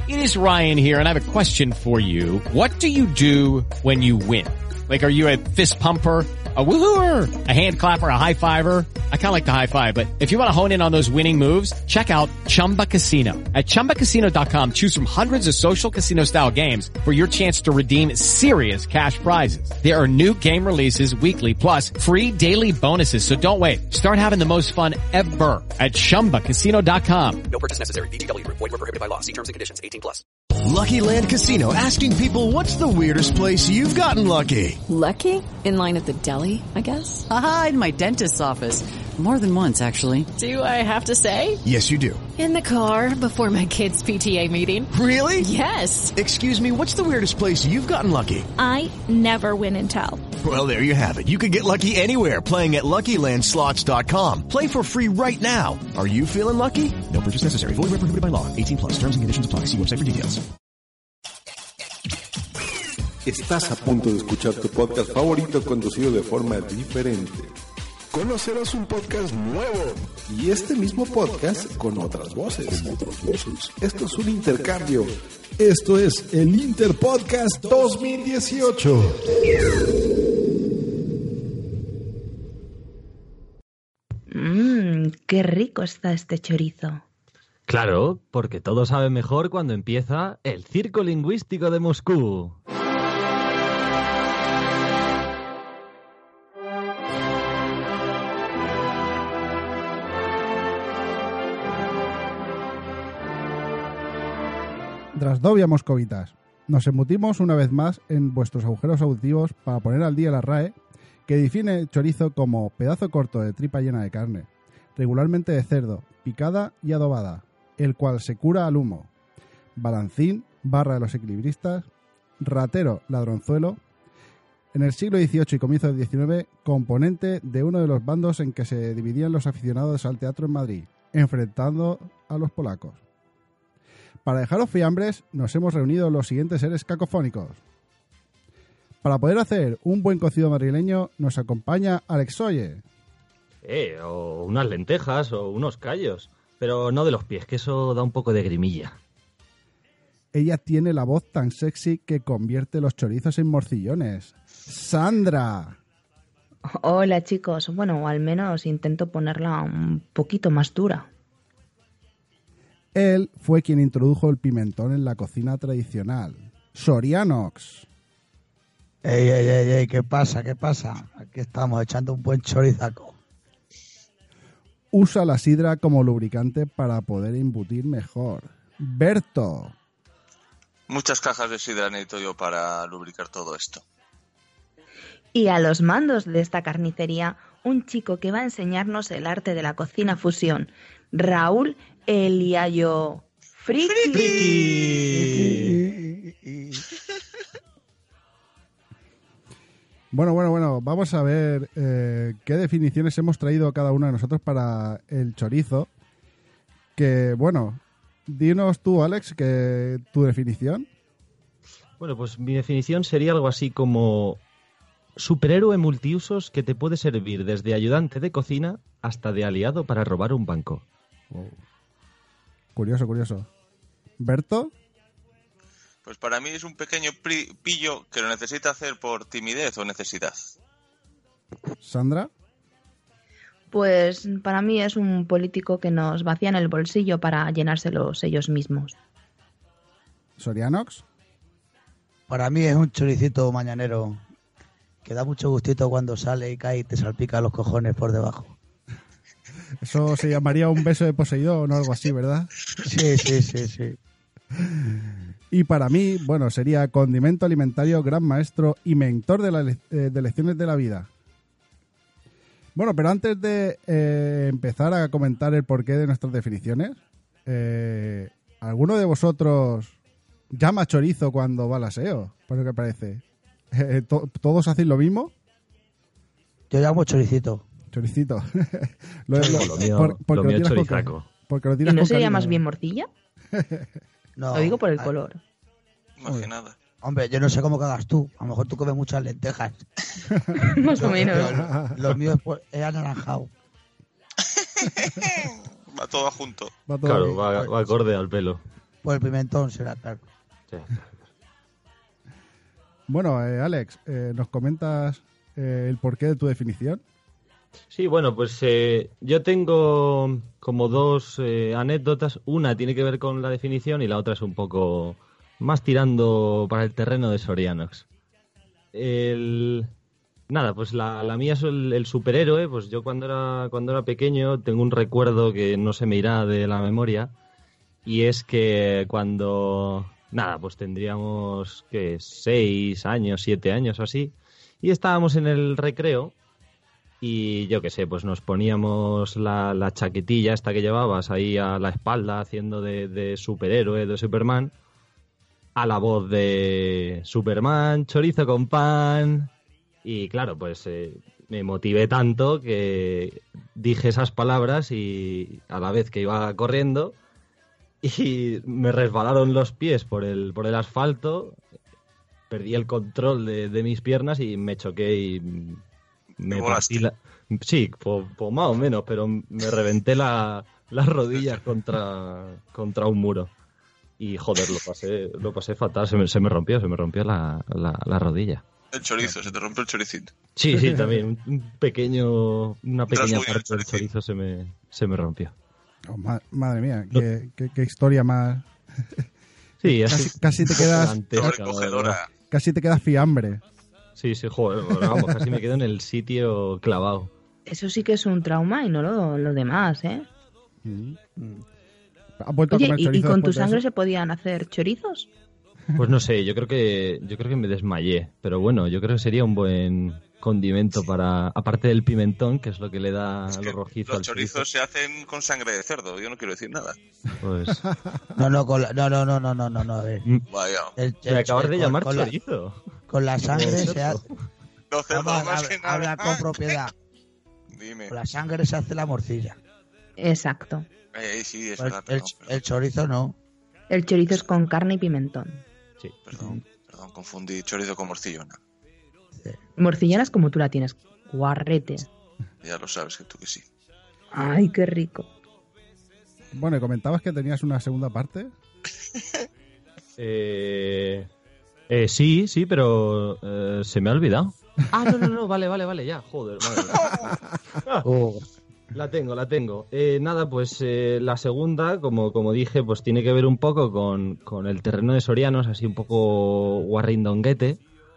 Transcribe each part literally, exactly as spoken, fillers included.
It is Ryan here, and I have a question for you. What do you do when you win? Like, are you a fist pumper, a woohooer, a hand clapper, a high fiver? I kind of like the high five, but if you want to hone in on those winning moves, check out Chumba Casino. At chumba casino dot com, choose from hundreds of social casino style games for your chance to redeem serious cash prizes. There are new game releases weekly, plus free daily bonuses. So don't wait. Start having the most fun ever at chumba casino dot com. No purchase necessary. V G W Group. Void where prohibited by law. See terms and conditions. eighteen plus. Lucky Land Casino, asking people, what's the weirdest place you've gotten lucky? Lucky? In line at the deli, I guess? Aha, in my dentist's office. More than once, actually. Do I have to say? Yes, you do. In the car before my kids' P T A meeting. Really? Yes. Excuse me, what's the weirdest place you've gotten lucky? I never win and tell. Well, there you have it. You can get lucky anywhere, playing at Lucky Land Slots dot com. Play for free right now. Are you feeling lucky? No purchase necessary. Void where prohibited by law. eighteen plus. Terms and conditions apply. See website for details. Estás a punto de escuchar tu podcast favorito conducido de forma diferente. Conocerás un podcast nuevo y este mismo podcast con otras voces. Con otras voces. Esto es un intercambio. Esto es el Interpodcast dos mil dieciocho. Mmm, qué rico está este chorizo. Claro, porque todo sabe mejor cuando empieza el Circo Lingüístico de Moscú. Drasdovia moscovitas. Nos embutimos una vez más en vuestros agujeros auditivos para poner al día la R A E, que define el chorizo como pedazo corto de tripa llena de carne, regularmente de cerdo, picada y adobada, el cual se cura al humo. Balancín, barra de los equilibristas, ratero, ladronzuelo. En el siglo dieciocho y comienzo del diecinueve, componente de uno de los bandos en que se dividían los aficionados al teatro en Madrid, enfrentando a los polacos. Para dejaros fiambres, nos hemos reunido los siguientes seres cacofónicos. Para poder hacer un buen cocido madrileño, nos acompaña Alex Oye. Eh, o unas lentejas o unos callos, pero no de los pies, que eso da un poco de grimilla. Ella tiene la voz tan sexy que convierte los chorizos en morcillones. ¡Sandra! Hola chicos, bueno, al menos intento ponerla un poquito más dura. Él fue quien introdujo el pimentón en la cocina tradicional. Sorianox. Ey, ey, ey, ey, ¿qué pasa? ¿Qué pasa? Aquí estamos echando un buen chorizaco. Usa la sidra como lubricante para poder embutir mejor. Berto. Muchas cajas de sidra necesito yo para lubricar todo esto. Y a los mandos de esta carnicería, un chico que va a enseñarnos el arte de la cocina fusión, Raúl Eliayo Friki. Friki. Bueno, bueno, bueno, vamos a ver eh, qué definiciones hemos traído cada uno de nosotros para el chorizo. Que, bueno, dinos tú, Alex, que tu definición. Bueno, pues mi definición sería algo así como superhéroe multiusos que te puede servir desde ayudante de cocina hasta de aliado para robar un banco. Wow. Curioso, curioso. ¿Berto? Pues para mí es un pequeño pri- pillo que lo necesita hacer por timidez o necesidad. ¿Sandra? Pues para mí es un político que nos vacía en el bolsillo para llenárselos ellos mismos. ¿Sorianox? Para mí es un choricito mañanero que da mucho gustito cuando sale y cae y te salpica los cojones por debajo. Eso se llamaría un beso de Poseidón o algo así, ¿verdad? Sí, sí, sí, sí. Y para mí, bueno, sería condimento alimentario, gran maestro y mentor de, la, de lecciones de la vida. Bueno, pero antes de eh, empezar a comentar el porqué de nuestras definiciones, eh, ¿alguno de vosotros llama chorizo cuando va al aseo? Por lo que parece. Eh, to- ¿Todos hacen lo mismo? Yo llamo choricito. Choricito. lo, lo, lo mío, por, porque lo mío lo chorizaco. Con, porque lo ¿Y tiras no con sería cariño. más bien morcilla? No. Lo digo por el color. Imaginada. Hombre, yo no sé cómo cagas tú. A lo mejor tú comes muchas lentejas. Más o menos. Lo, lo mío es, pues, es anaranjado. Va todo junto. Va todo Claro, bien. va, va acorde al pelo. Pues el pimentón será, claro. Sí. Bueno, eh, Alex, eh, ¿nos comentas eh, el porqué de tu definición? Sí, bueno, pues eh, yo tengo como dos eh, anécdotas. Una tiene que ver con la definición y la otra es un poco más tirando para el terreno de Sorianox. El... Nada, pues la, la mía es el, el superhéroe. Pues yo cuando era, cuando era pequeño tengo un recuerdo que no se me irá de la memoria. Y es que cuando... Nada, pues tendríamos que seis años, siete años o así. Y estábamos en el recreo y yo qué sé, pues nos poníamos la, la chaquetilla esta que llevabas ahí a la espalda haciendo de, de superhéroe, de Superman, a la voz de Superman, chorizo con pan. Y claro, pues eh, me motivé tanto que dije esas palabras y a la vez que iba corriendo... Y me resbalaron los pies por el, por el asfalto, perdí el control de, de mis piernas y me choqué y me partí la... Sí, pues, pues más o menos, pero me reventé la, las rodillas contra, contra un muro. Y joder, lo pasé, lo pasé fatal, se me, se me rompió, se me rompió la, la, la rodilla. El chorizo, se te rompió el choricito. Sí, sí, también, un, un pequeño, una pequeña parte del chorizo se me, se me rompió. Oh, ma- madre mía, qué, qué, qué historia más... Sí, casi, casi te quedas... Recogedora. Casi te quedas fiambre. Sí, sí, joder, vamos, casi me quedo en el sitio clavado. Eso sí que es un trauma y no lo, lo demás, ¿eh? Mm. ¿Has vuelto Oye, a comer ¿y, y chorizo con tu después de sangre eso? se podían hacer chorizos? Pues no sé, yo creo que yo creo que me desmayé, pero bueno, yo creo que sería un buen condimento para, aparte del pimentón, que es lo que le da Es que lo rojizo los al chorizo. chorizos se hacen con sangre de cerdo, yo no quiero decir nada. Pues No, no, con la- no, no, no, no, no, no, no, a ver. Vaya. El- me el- acabas de con- llamar con la- chorizo. Con la sangre se hace... Los cerdos Vamos, más habla, que nada. habla con propiedad. Dime. Con la sangre se hace la morcilla. Exacto. Eh, sí, es El, verdad, el- perdón, perdón, el chorizo no. El chorizo es con carne y pimentón. Sí. perdón, perdón, confundí chorizo con morcillona. Morcillanas como tú la tienes. Guarrete. Ya lo sabes que tú que sí. Ay, qué rico. Bueno, y comentabas que tenías una segunda parte. Eh, eh, sí, sí, pero eh, se me ha olvidado. Ah, no, no, no, vale, vale, vale, ya, joder, madre mía. Oh. La tengo, la tengo. Eh, nada, pues eh, la segunda, como, como dije, pues tiene que ver un poco con, con el terreno de Sorianos, así un poco guarrindonguete.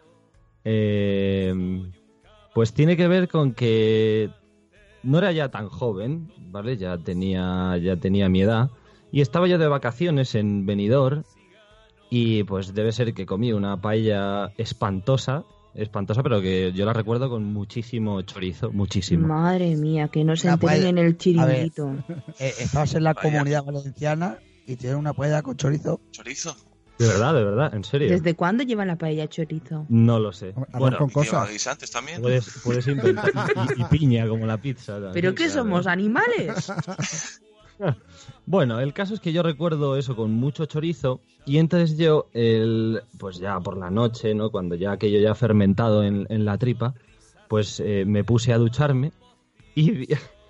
Eh, pues tiene que ver con que no era ya tan joven, ¿vale? Ya tenía, ya tenía mi edad. Y estaba yo de vacaciones en Benidorm y pues debe ser que comí una paella espantosa. Espantosa, pero que yo la recuerdo con muchísimo chorizo, muchísimo. Madre mía, que no se Una enteren paella- en el A ver, chiringuito. eh, estabas en la Vaya. Comunidad Valenciana y tienes una paella con chorizo. ¿Chorizo? De verdad, de verdad, en serio. ¿Desde cuándo llevan la paella chorizo? No lo sé. Arroz Bueno, con ¿Y lleva cosas. guisantes también? puedes, puedes inventar. Y, y piña, como la pizza. también, ¿Pero qué claro. somos, animales? Bueno, el caso es que yo recuerdo eso con mucho chorizo y entonces yo, el, pues ya por la noche, ¿no? Cuando ya aquello ya fermentado en, en la tripa, pues eh, me puse a ducharme y vi-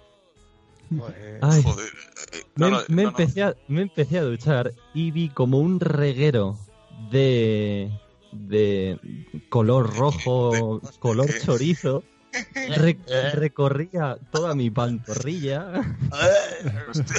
Ay, Joder. eh, me, no, no, me no, no. empecé a, me empecé a duchar y vi como un reguero de, de color rojo, De- color ¿qué? chorizo. Re- recorría toda mi pantorrilla Hostia.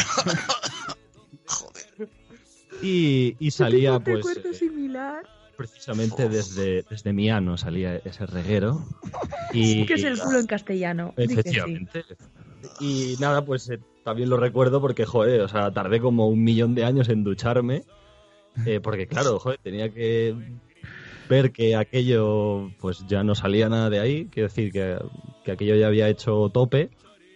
Joder. y, y salía pues recuerdo eh, similar. precisamente desde, desde mi ano salía ese reguero y ¿Qué es el culo en castellano? Di que sí. efectivamente y nada pues eh, también lo recuerdo porque joder, o sea, tardé como un millón de años en ducharme eh, porque claro, joder, tenía que ver que aquello pues ya no salía nada de ahí, quiero decir que, que aquello ya había hecho tope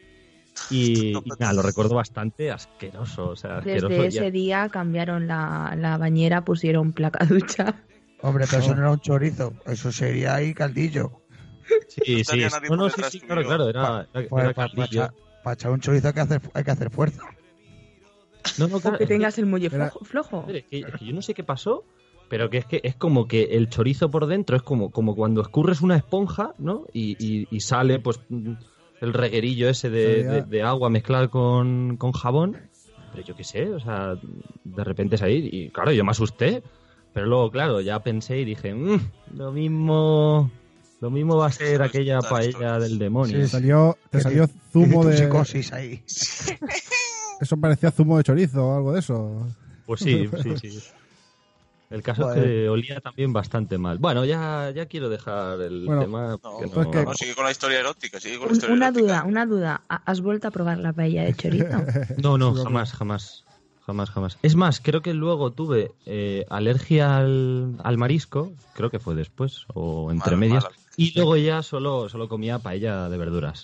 y, y nada, lo recuerdo bastante asqueroso, o sea, asqueroso Desde ya. ese día cambiaron la, la bañera, pusieron placa ducha. Hombre, pero eso no era un chorizo, eso sería ahí caldillo. Sí, sí, estaría sí. nadie No, no, por sí, detrás sí, tuyo. claro, claro, era, era, Pues era para caldillo. echar, pa echar un chorizo hay que hacer, hay que hacer fuerza. No, no, O claro, que es que- tengas el muelle Era- flojo. flojo. es que, es que yo no sé qué pasó, pero que es que es como que el chorizo por dentro es como, como cuando escurres una esponja, ¿no? Y, y, y sale pues el reguerillo ese de, Salía- de- de agua mezclado con, con jabón pero yo qué sé, o sea, de repente salir y claro, yo me asusté, pero luego, claro, ya pensé y dije, mmm, lo mismo... Lo mismo va a ser aquella paella del demonio. Sí, salió, te salió zumo de... psicosis ahí. Eso parecía zumo de chorizo o algo de eso. Pues sí, sí, sí. El caso bueno. es que olía también bastante mal. Bueno, ya, ya quiero dejar el bueno, tema. No, que no, no... no, sigue con la historia erótica. Sigue con la Un, historia una erótica. duda, una duda. ¿Has vuelto a probar la paella de chorizo? No, no, jamás, jamás. Jamás, jamás. Es más, creo que luego tuve eh, alergia al, al marisco, creo que fue después, o entre mal, medias, mal. Y luego ya solo, solo comía paella de verduras.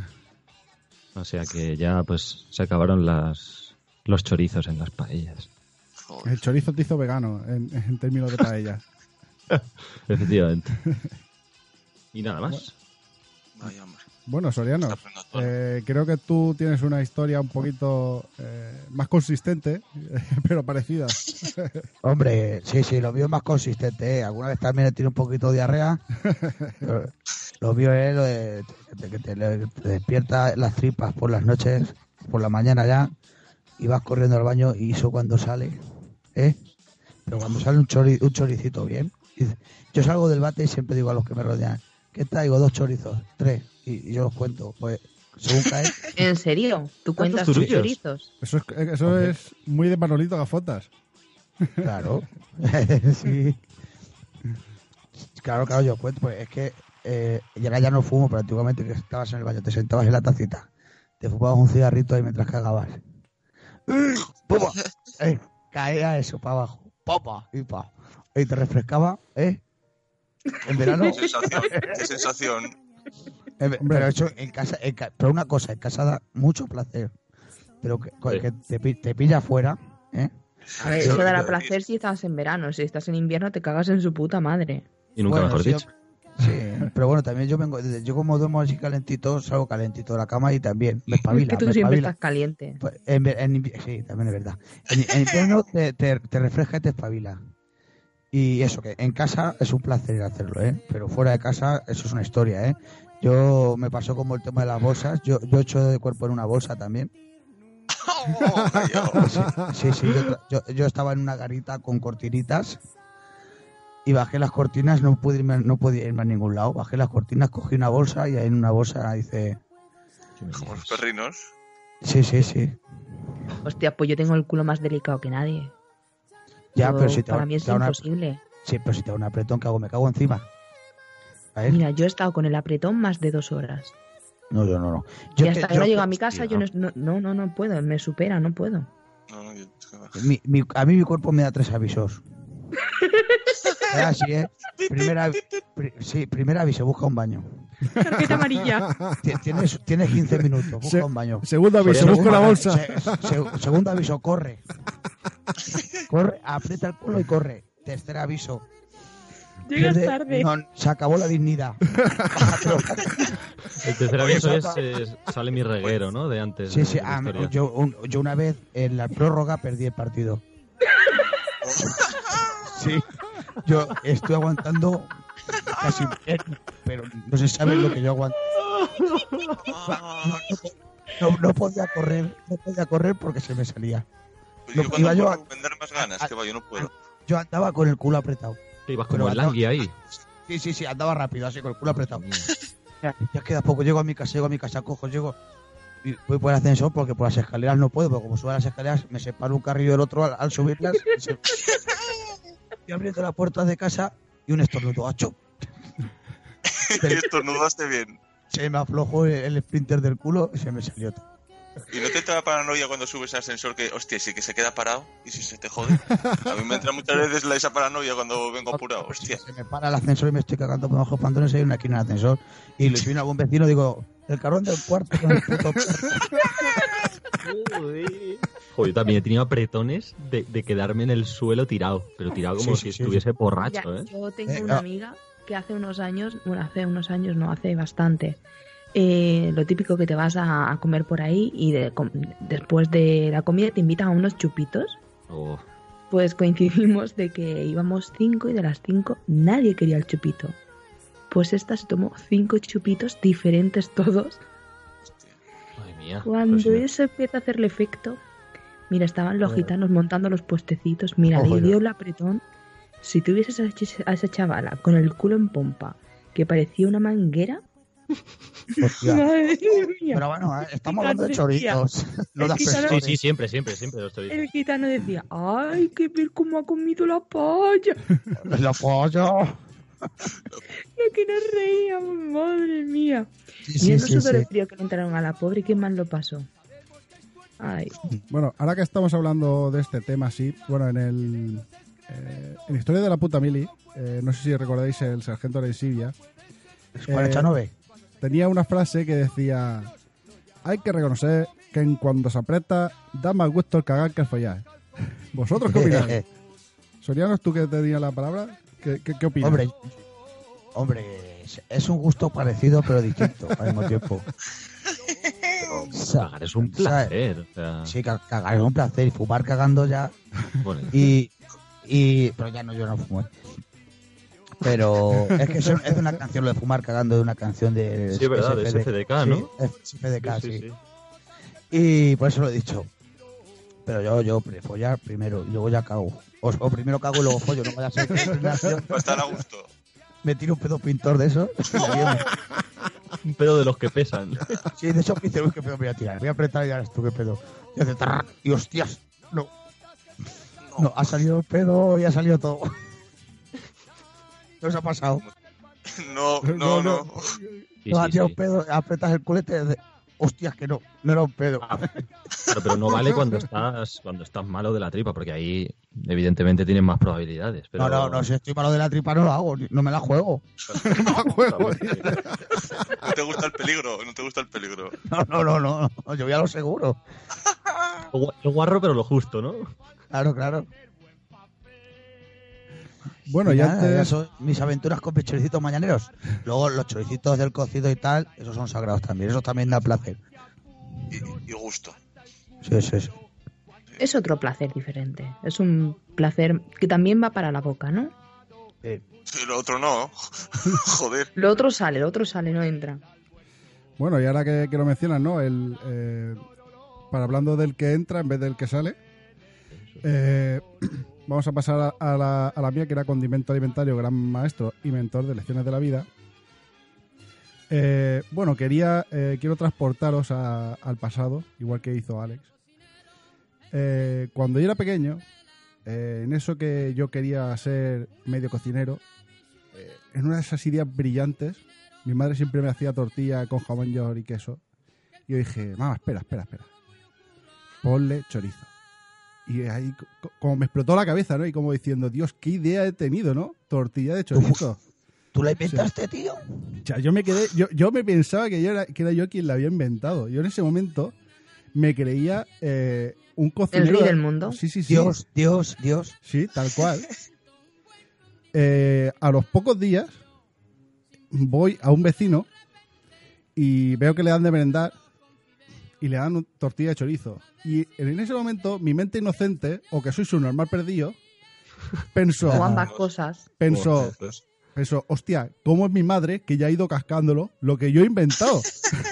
O sea que ya pues se acabaron las los chorizos en las paellas. El chorizo te hizo vegano en, en términos de paella. Efectivamente. Y nada más. Vaya, hombre. Bueno, Soriano, eh, creo que tú tienes una historia un poquito eh, más consistente, pero parecida. Hombre, sí, sí, lo mío es más consistente. ¿eh? Alguna vez también he tenido un poquito de diarrea. Lo, lo mío es lo de que te, te, te, te despierta las tripas por las noches, por la mañana ya, y vas corriendo al baño y eso cuando sale, ¿eh? Pero cuando sale un, chori, un choricito bien, dice, yo salgo del bate y siempre digo a los que me rodean, ¿qué traigo? Dos chorizos, tres. Y, y yo los cuento, pues, según cae. ¿En serio? ¿Tú cuentas tus chorizos? Eso es, eso es muy de Manolito Gafotas. Claro. Sí. Claro, claro, yo cuento. Pues es que eh, ya, ya no fumo, pero antiguamente que estabas en el baño, te sentabas en la tacita, te fumabas un cigarrito ahí mientras cagabas. ¡Pum! Eh, caía eso para abajo. ¡Papa! Y pa. Y te refrescaba, ¿eh? En verano. Qué sensación. Qué sensación. Pero eso en casa, en ca... pero una cosa, en casa da mucho placer, pero que, sí. que te, te pilla afuera, ¿eh? A ver, eso dará placer si estás en verano, si estás en invierno te cagas en su puta madre. Y nunca bueno, mejor sí, dicho. Sí, pero bueno, también yo vengo, yo como duermo así calentito, salgo calentito de la cama y también me espabila. Es que tú me siempre espabila. Estás caliente. Pues en, en, en, sí, también es verdad. En, en invierno te, te, te refresca y te espabila. Y eso, que en casa es un placer hacerlo, ¿eh? Pero fuera de casa eso es una historia, ¿eh? Yo me pasó como el tema de las bolsas. Yo, yo echo de cuerpo en una bolsa también. Oh, sí, sí, sí yo, yo, yo estaba en una garita con cortinitas y bajé las cortinas, no pude irme, no podía irme a ningún lado. Bajé las cortinas, cogí una bolsa y ahí en una bolsa hice... Como los perrinos. Sí, sí, sí. Hostia, pues yo tengo el culo más delicado que nadie. Ya, yo, pero si te para va, mí es te imposible. Una... Sí, pero si te da un apretón, ¿qué hago? Me cago encima. Mira, yo he estado con el apretón más de dos horas. No, yo no, no. Yo y hasta que, que no llego a mi casa, yo no, no, no, no puedo, me supera, no puedo. No, no, yo... mi, mi, a mí mi cuerpo me da tres avisos. Así, ¿eh? Primera, pri, sí, primer aviso, busca un baño. Carpeta amarilla. Tienes, tienes quince minutos, busca se, un baño. Segundo aviso, busca una bolsa. Se, se, segundo aviso, corre. Corre, aprieta el culo y corre. Tercer aviso. Llegas Pierde, tarde. No, se acabó la dignidad. El tercer aviso es, es sale mi reguero, ¿no? De antes. Sí, de sí. Ah, yo, un, yo una vez en la prórroga perdí el partido. Sí. Yo estoy aguantando casi, pero no se sabe lo que yo aguanto. No, no, no podía correr, no podía correr porque se me salía. Yo cuando iba yo a vender más ganas, a, que va, yo no puedo. Yo andaba con el culo apretado. Te ibas como el Langui ahí. Sí, sí, sí, andaba rápido, así con el culo apretado. Ya, ya queda poco, llego a mi casa, llego a mi casa, cojo, llego y voy por el ascensor porque por las escaleras no puedo, porque como subo a las escaleras me separo un carrillo del otro al, al subirlas. Se... Estoy abriendo la puerta de casa y un estornudo, ¡acho! Estornudaste bien. Se me aflojó el, el sprinter del culo y se me salió todo. ¿Y no te entra paranoia cuando subes al ascensor que, hostia, sí que se queda parado y si se te jode? A mí me entra muchas veces la, esa paranoia cuando vengo apurado, hostia. Se me para el ascensor y me estoy cagando por bajo pantalones y hay una esquina del ascensor y le viene a algún vecino y digo, el carón del cuarto con el puto Joder, yo también he tenido apretones de, de quedarme en el suelo tirado, pero tirado como sí, sí, si sí, estuviese sí. borracho, ya, ¿eh? Yo tengo eh, una no. amiga que hace unos años, bueno, hace unos años, no, hace bastante, eh, lo típico que te vas a, a comer por ahí y de, com, después de la comida te invitan a unos chupitos. Oh. Pues coincidimos de que íbamos cinco y de las cinco nadie quería el chupito. Pues esta se tomó cinco chupitos diferentes todos. Madre mía, Cuando pues sí. eso empieza a hacerle efecto, Mira, estaban los gitanos montando los puestecitos. Mira, Ojo, le ya. dio el apretón. Si tuvieses a esa- a esa chavala con el culo en pompa, que parecía una manguera... Hostia. Madre mía. Pero bueno, eh, estamos hablando de Decía, chorizos. No de el gitano- ascensores. Sí, sí, siempre, siempre, siempre los chorizos. El gitano decía, ¡ay, que ver cómo ha comido la polla! La polla. Lo que nos reíamos, madre mía. Sí, y sí, el sí, oso de sí. frío que le entraron a la pobre, qué mal lo pasó. Ay, Bueno, ahora que estamos hablando de este tema, sí, bueno, en el eh, en Historia de la puta mili, eh, no sé si recordáis el sargento Arencibia, ¿Cuál es Chanove? tenía una frase que decía: hay que reconocer que en cuando se aprieta da más gusto el cagar que el follar. ¿Vosotros qué opináis? Sorianos, tú que tenías la palabra, ¿qué, qué, qué opinas? Hombre, hombre, es- es un gusto parecido pero distinto al mismo tiempo. O sea, Cagar es un o sea, placer. O sea, Sí, ca- cagar es un placer y fumar cagando ya. bueno, Y, y pero ya no, yo no fumo. ¿eh? Pero es que eso es una canción, lo de fumar cagando de una canción de Sí, es verdad, de S F D K, ¿no? Sí, S F D K, sí, sí, sí, sí. Y por eso lo he dicho. Pero yo, yo, pre- follar primero y luego ya cago. O, o primero cago y luego follo, no vaya a ser que en una acción Va a estar a gusto. me tiro un pedo pintor de eso. y la lío. Un pedo de los que pesan. Sí, de hecho, me dice, uy, qué pedo voy a tirar. Voy a apretar y ya ves tú qué pedo. Y hace tarra, y hostias, no. No, ha salido el pedo y ha salido todo. ¿Qué os ha pasado? No, no, no. Sí, no, ha sí, tirado sí. un pedo, apretas el culete y dices, hostias, que no, no era un pedo. Ah, Claro, pero no vale cuando estás cuando estás malo de la tripa, porque ahí evidentemente tienes más probabilidades. Pero... No, no, no, si estoy malo de la tripa no lo hago, ni- no me la juego. No me acuerdo. No te gusta el peligro, no te gusta el peligro. No, no, no, no, no, yo voy a lo seguro. Es guarro, pero lo justo, ¿no? Claro, claro. Bueno, Y ya nada, ya antes... son mis aventuras con mis choricitos mañaneros. Luego los choricitos del cocido y tal, esos son sagrados también, eso también da placer. Y, y gusto. Sí, sí, sí. es otro placer diferente. Es un placer que también va para la boca, ¿no? Sí. Lo otro no. Joder. Lo otro sale, lo otro sale, no entra. Bueno, y ahora que, que lo mencionas, ¿no? El, eh, para hablando del que entra en vez del que sale, eh, vamos a pasar a, a, la, a la mía, que era condimento alimentario, gran maestro y mentor de lecciones de la vida. Eh, bueno, quería eh, quiero transportaros a- al pasado, igual que hizo Alex. Eh, cuando yo era pequeño, eh, en eso que yo quería ser medio cocinero, eh, en una de esas ideas brillantes, mi madre siempre me hacía tortilla con jamón york y queso. Y yo dije, mamá, espera, espera, espera. Ponle chorizo. Y ahí co- como me explotó la cabeza, ¿no? Y como diciendo, Dios, qué idea he tenido, ¿no? Tortilla de chorizo. ¿Tú la inventaste, tío? O sea, yo me quedé, yo, yo me pensaba que yo era, que era yo quien la había inventado. Yo en ese momento me creía eh, un cocinero. El rey del mundo. Sí, sí, sí. Dios, Dios, Dios. Sí, tal cual. Eh, a los pocos días voy a un vecino y veo que le dan de merendar y le dan un- tortilla de chorizo. Y en ese momento mi mente inocente, o que soy su normal perdido, pensó, O ambas cosas. pensó, pensó, hostia, ¿cómo es mi madre que ya ha ido cascándolo lo que yo he inventado?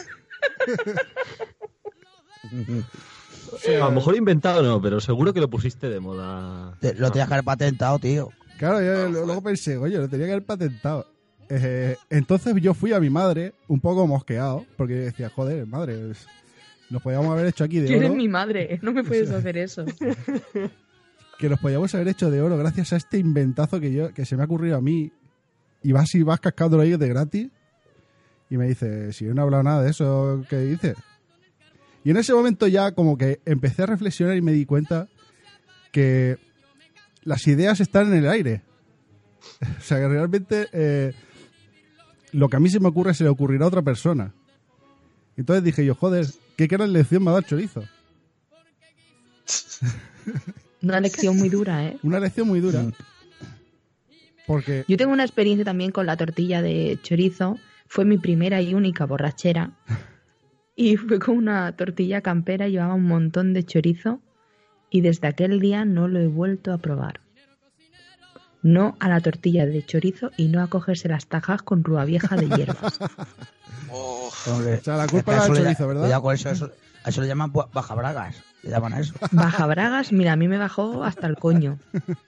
A lo mejor inventado no, pero seguro que lo pusiste de moda. Te- Lo tenías que haber patentado, tío. Claro, yo luego pensé, oye, lo tenía que haber patentado. Eh, entonces yo fui a mi madre un poco mosqueado, porque decía, joder, madre, es- nos podíamos haber hecho aquí de Que eres oro, mi madre, no me puedes hacer eso. que nos podíamos haber hecho de oro gracias a este inventazo que yo que se me ha ocurrido a mí, y vas y vas cascándolo ahí de gratis, y me dice, si yo no he hablado nada de eso, ¿qué dices? Y en ese momento ya como que empecé a reflexionar y me di cuenta que las ideas están en el aire. O sea, que realmente eh, lo que a mí se me ocurre se le ocurrirá a otra persona. Entonces dije yo, joder, qué gran lección me ha dado el chorizo. Una lección muy dura, ¿eh? Una lección muy dura. Porque Yo tengo una experiencia también con la tortilla de chorizo. Fue mi primera y única borrachera. Y fue con una tortilla campera, llevaba un montón de chorizo. Y desde aquel día no lo he vuelto a probar. No a la tortilla de chorizo y no a cogerse las tajas con rúa vieja de hierbas. Oh, Hombre, O sea, la culpa es que era del eso le- chorizo, ¿verdad? Cuidado con eso, eso, a eso le llaman bu- bajabragas. Le llaman a eso. Baja bragas, mira, a mí me bajó hasta el coño.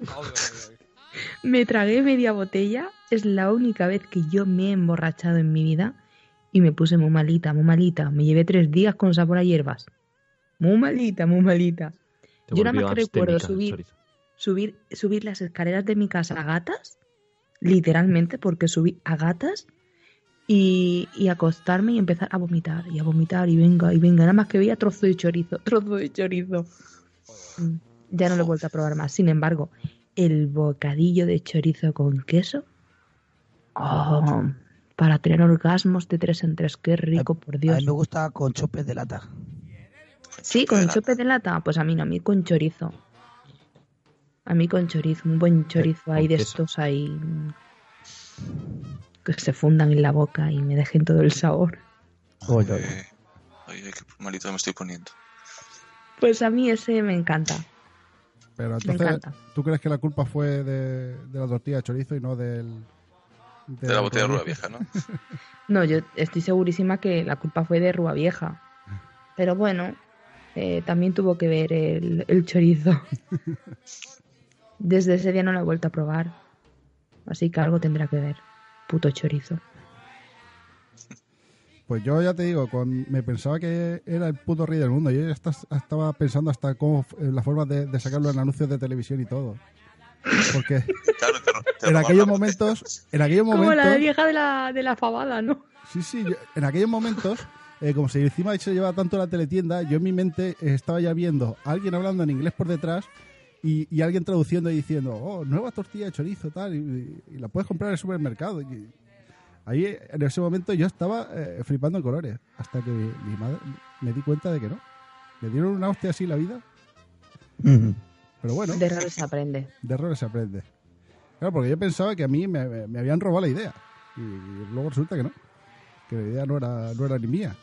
Me tragué media botella, es la única vez que yo me he emborrachado en mi vida y me puse muy malita, muy malita. Me llevé tres días con sabor a hierbas. Muy malita, muy malita. Te Yo nada más volvió que recuerdo abstémica el subir, chorizo. subir, subir las escaleras de mi casa a gatas, literalmente, porque subí a gatas y, y acostarme y empezar a vomitar y a vomitar y venga y venga. Nada más que veía trozo de chorizo, trozo de chorizo. Mm, Ya no lo he vuelto a probar más. Sin embargo, el bocadillo de chorizo con queso, oh, para tener orgasmos de tres en tres, qué rico, por A Dios. mí me gusta con chopes de lata. Sí, con chope de lata, pues a mí no, a mí con chorizo. A mí con chorizo, un buen chorizo ahí de queso. estos ahí mm, que se fundan en la boca y me dejen todo el sabor. Oye, Eh, Ay, ay, qué malito me estoy poniendo. Pues a mí ese me encanta. Pero Me entonces, encanta. ¿tú crees que la culpa fue de, de la tortilla de chorizo y no del... De la botella de rueda vieja, ¿no? No, yo estoy segurísima que la culpa fue de Rúa Vieja. Pero bueno, eh, también tuvo que ver el, el chorizo. Desde ese día no lo he vuelto a probar. Así que algo tendrá que ver. Puto chorizo. Pues yo ya te digo, con, me pensaba que era el puto rey del mundo. Yo ya estás- estaba pensando hasta cómo eh, la forma de, de sacarlo en anuncios de televisión y todo. Porque Claro, te ro- te en roban aquellos la momentos, en aquellos Como la momentos, vieja de la, de la fabada, ¿no? sí, sí, yo- en aquellos momentos, eh, como si encima se llevaba tanto la teletienda, yo en mi mente eh, estaba ya viendo a alguien hablando en inglés por detrás y, y alguien traduciendo y diciendo, oh, nueva tortilla de chorizo, tal, y, y la puedes comprar en el supermercado. Y ahí, eh, en ese momento, yo estaba eh, flipando en colores, hasta que mi, mi madre me di cuenta de que no. Me dieron una hostia así la vida, pero bueno, De errores se aprende. de errores se aprende. Claro, porque yo pensaba que a mí me, me- me habían robado la idea. Y, y luego resulta que no. Que la idea no era, no era ni mía.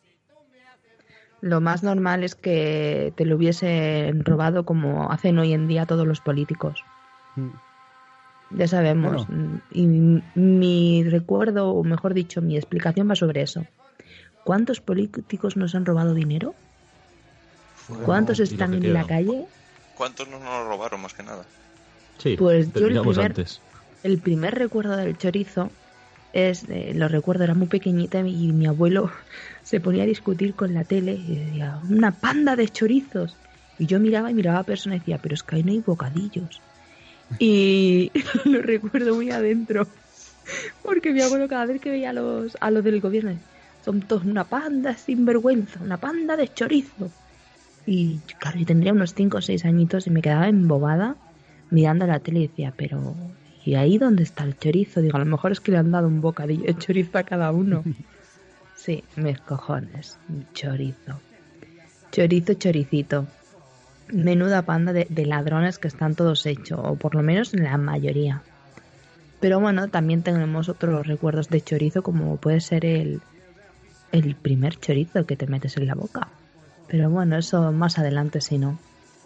Lo más normal es que te lo hubiesen robado como hacen hoy en día todos los políticos. Mm. Ya sabemos. Y mi recuerdo, o mejor dicho, mi explicación va sobre eso. ¿Cuántos políticos nos han robado dinero? ¿Cuántos y lo están que en queda. la calle? ¿Cuántos no nos robaron más que nada? Sí, Pues yo el terminamos primer, antes. el primer recuerdo del chorizo es, eh, lo recuerdo, era muy pequeñita y mi abuelo se ponía a discutir con la tele y decía, una panda de chorizos. Y yo miraba y miraba a la persona y decía, pero es que ahí no hay bocadillos. Y lo recuerdo muy adentro, porque mi abuelo cada vez que veía a los, a los del gobierno, son todos una panda sin vergüenza, una panda de chorizo. Y claro, yo tendría unos cinco o seis añitos y me quedaba embobada mirando la tele y decía, pero ¿y ahí dónde está el chorizo? Digo, a lo mejor es que le han dado un bocadillo de chorizo a cada uno. Sí, mis cojones, chorizo. Chorizo, choricito. Menuda panda de, de ladrones que están todos hechos, o por lo menos la mayoría. Pero bueno, también tenemos otros recuerdos de chorizo, como puede ser el, el primer chorizo que te metes en la boca. Pero bueno, eso más adelante si no.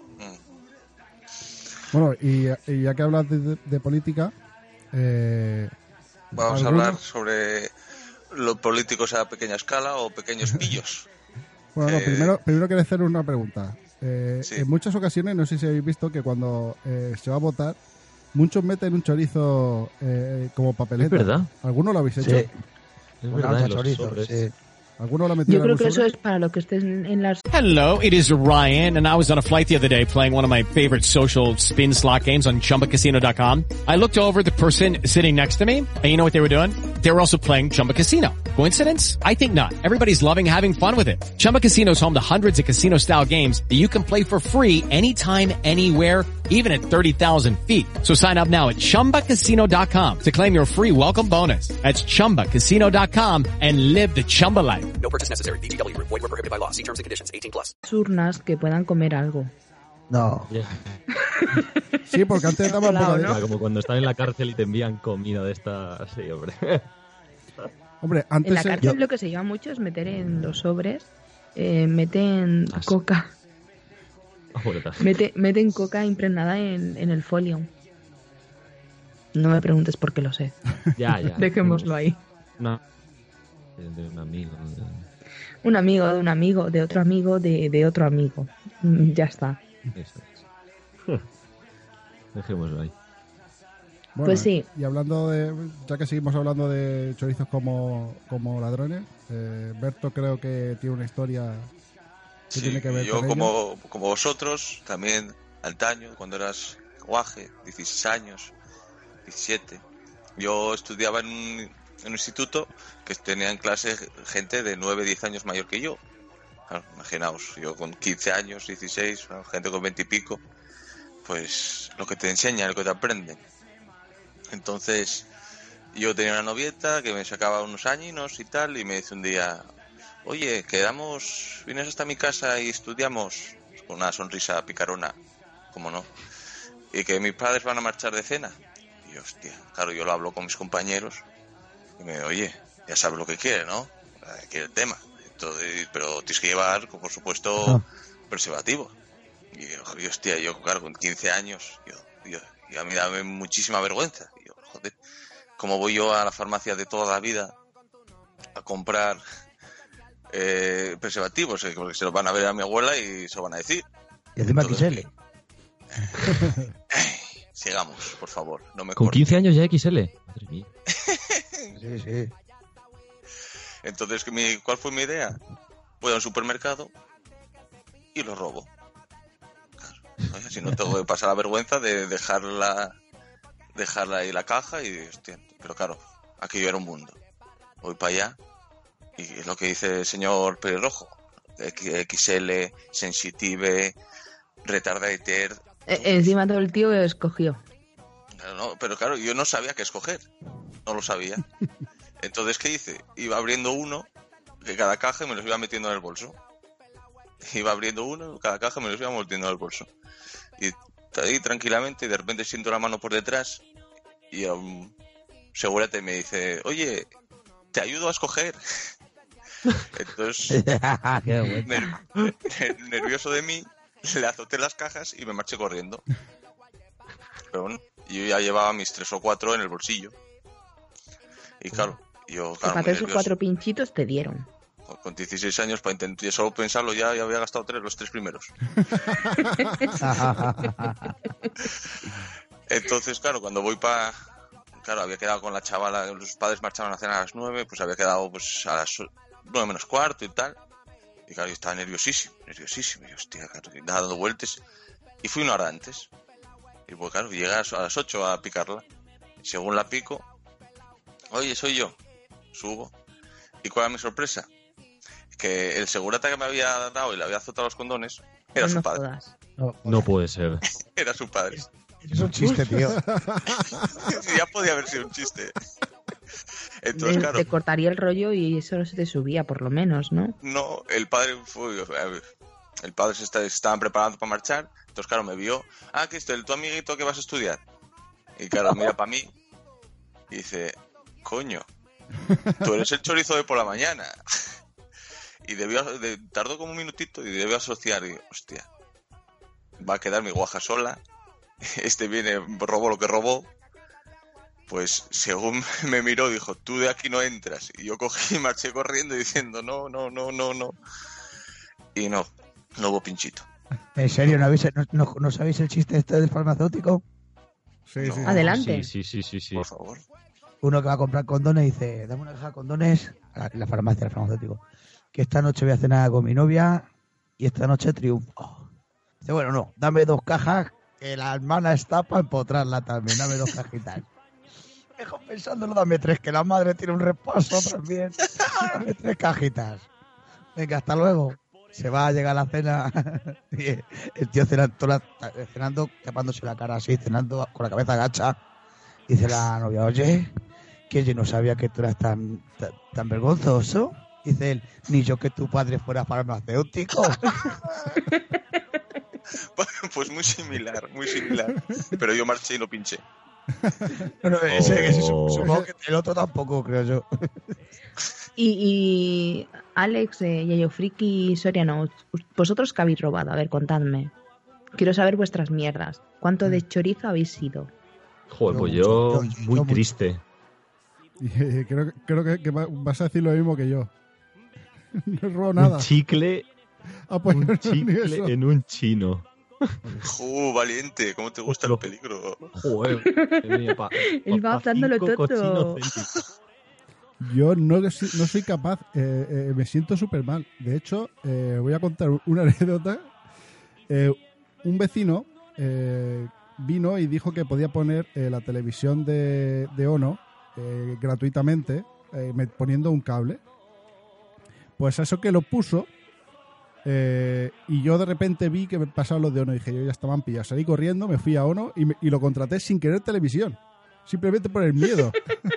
Bueno, y, y ya que hablas de, de- de política, eh, Vamos a ¿alguno? hablar sobre los políticos a pequeña escala o pequeños pillos. Bueno, no, Eh, primero, primero quiero hacer una pregunta. Eh, Sí. En muchas ocasiones, no sé si habéis visto que cuando eh, se va a votar, muchos meten un chorizo eh, como papeleta. Es verdad. ¿Alguno lo habéis hecho? Sí. Es Una verdad, hoja en los chorizo, sobres. sí. ¿Alguno lo ha metido Yo en creo algún que eso sobre? es para lo que estés en, en las... Hello, it is Ryan, and I was on a flight the other day playing one of my favorite social spin slot games on Chumba Casino dot com. I looked over at the person sitting next to me, and you know what they were doing? They were also playing Chumba Casino. Coincidence? I think not. Everybody's loving having fun with it. Chumba Casino is home to hundreds of casino-style games that you can play for free anytime, anywhere, even at thirty thousand feet. So sign up now at Chumba Casino dot com to claim your free welcome bonus. That's Chumba Casino dot com and live the Chumba life. No purchase necessary. V G W Group. Void where prohibited by law. See terms and conditions. eighteen plus. urnas que puedan comer algo. No. Ya. Sí, porque antes daban Claro, bocadillo. Ah, como cuando están en la cárcel y te envían comida de esta... Sí, hombre. Hombre, En antes la se- cárcel lo que se lleva mucho es meter en los sobres, eh, meten Ah, sí. coca, Ah, bueno, también. mete, meten coca impregnada en, en el folio. No me preguntes por qué lo sé. Ya, ya. Dejémoslo ahí. No. De, de un amigo. De... Un amigo de un amigo, de otro amigo, de, de otro amigo. Mm, Ya está. Eso es. Dejémoslo ahí. Bueno, Pues sí. Y hablando de, ya que seguimos hablando de chorizos como, como ladrones, eh, Berto creo que tiene una historia que Sí, tiene que ver yo con como, ello. como vosotros, también antaño, cuando eras guaje, dieciséis años, diecisiete, yo estudiaba en un, en un instituto que tenía en clase gente de nueve, diez años mayor que yo. Claro, imaginaos, yo con quince años, dieciséis, bueno, gente con veinte y pico, pues lo que te enseñan, lo que te aprenden. Entonces, yo tenía una novieta que me sacaba unos añinos y tal, y me dice un día, oye, quedamos, vienes hasta mi casa y estudiamos, con una sonrisa picarona, como no, y que mis padres van a marchar de cena. Y yo, hostia, claro, yo lo hablo con mis compañeros, y me oye, ya sabes lo que quiere, ¿no? Quiere el tema. Entonces, pero tienes que llevar, por supuesto, preservativo. Y yo, y, hostia, yo, claro, con quince años, yo, yo, yo a mí me da muchísima vergüenza. Y yo, joder, ¿cómo voy yo a la farmacia de toda la vida a comprar eh, preservativos? Eh, porque se los van a ver a mi abuela y se lo van a decir. Y encima Entonces, X L. eh, sigamos, por favor, no me Con cortes. quince años ya X L. Madre mía. Sí, sí. Entonces, mi, ¿cuál fue mi idea? Voy a un supermercado y lo robo. Claro, ¿no? Si no tengo que pasar la vergüenza de dejarla, dejarla ahí la caja y, hostia, pero claro, aquello era un mundo. Voy para allá y es lo que dice el señor Pelirrojo. X L, Sensitive, Retardator. Eh, encima todo el tío escogió. No, pero claro, yo no sabía qué escoger. No lo sabía. Entonces, ¿qué hice? Iba abriendo uno de cada caja y me los iba metiendo en el bolso. Iba abriendo uno de cada caja y me los iba metiendo en el bolso. Y ahí tranquilamente, y de repente siento la mano por detrás y un segurate me dice, oye, te ayudo a escoger. Entonces, ner- ner- nervioso de mí, le azoté las cajas y me marché corriendo. Pero bueno, yo ya llevaba mis tres o cuatro en el bolsillo. Y claro, yo, Que claro, para muy esos nervioso. cuatro pinchitos te dieron. Con dieciséis años, para intentar solo pensarlo, ya, ya había gastado tres, los tres primeros. Entonces, claro, cuando voy para... Claro, había quedado con la chavala, los padres marchaban a cenar a las nueve, pues había quedado pues a las nueve menos cuarto y tal. Y claro, yo estaba nerviosísimo, nerviosísimo. Y hostia, claro, y dando vueltas. Y fui una hora antes. Y pues claro, llegué a las ocho a picarla. Y según la pico, oye, soy yo. Subo. ¿Y cuál era mi sorpresa? Que el segurata que me había dado y le había azotado los condones era No su nos padre. jodas. No puede ser. Era su padre. Es un chiste, tío. Ya podía haber sido un chiste. Entonces, Te- claro, Te cortaría el rollo y eso no se te subía, por lo menos, ¿no? no, el padre fue... a ver, el padre se, está- se estaban preparando para marchar. Entonces, claro, me vio. Ah, que este, tu amiguito que vas a estudiar. Y claro, mira para mí y dice, coño, tú eres el chorizo de por la mañana. Y debió, de, tardó como un minutito y debió asociar. Y, hostia, va a quedar mi guaja sola. Este viene, robó lo que robó. Pues según me miró, dijo, tú de aquí no entras. Y yo cogí y marché corriendo diciendo, no, no, no, no, no. Y no, no hubo pinchito. ¿En serio? ¿No, habéis, no, no, no sabéis el chiste este del farmacéutico? Sí, No. sí. Adelante. Sí, sí, sí, sí, sí. Por favor. Uno que va a comprar condones dice, dame una caja de condones a la, la farmacia, el farmacéutico, que esta noche voy a cenar con mi novia y esta noche triunfo. Dice, bueno, no, dame dos cajas, que la hermana está para empotrarla también, dame dos cajitas. Dejo pensándolo, dame tres, que la madre tiene un repaso también. Dame tres cajitas. Venga, hasta luego. Se va a llegar a la cena y el tío cenando, cenando, tapándose la cara así, cenando con la cabeza agacha. Dice la novia, oye, que yo no sabía que tú eras tan, tan, tan vergonzoso. Dice él, ni yo que tu padre fuera farmacéutico. Pues muy similar, muy similar. Pero yo marché y lo pinché. No, no, ese, ese, Oh. supongo que el otro tampoco, creo yo. Y, y Alex, eh, Yayo Friki y Soriano, ¿vosotros qué habéis robado? A ver, contadme. Quiero saber vuestras mierdas. ¿Cuánto de chorizo habéis sido? Joder, Yo pues mucho, yo yo- yo muy mucho. triste. Y eh, creo, creo que, que vas a decir lo mismo que yo. No robo nada. Un chicle, ah, pues, un chicle en un chino. ¡Uh, valiente! ¿Cómo te gusta el peligro? Joder. Pa, Él va hablándolo todo. Yo no, no soy capaz, eh, eh, me siento súper mal. De hecho, eh, voy a contar una anécdota. Eh, un vecino eh, vino y dijo que podía poner eh, la televisión de, de Ono eh, gratuitamente, eh, poniendo un cable. Pues eso que lo puso, eh, y yo de repente vi que me pasaban los de Ono y dije, yo ya estaban pillados. Salí corriendo, me fui a Ono y, me, y lo contraté sin querer televisión. Simplemente por el miedo.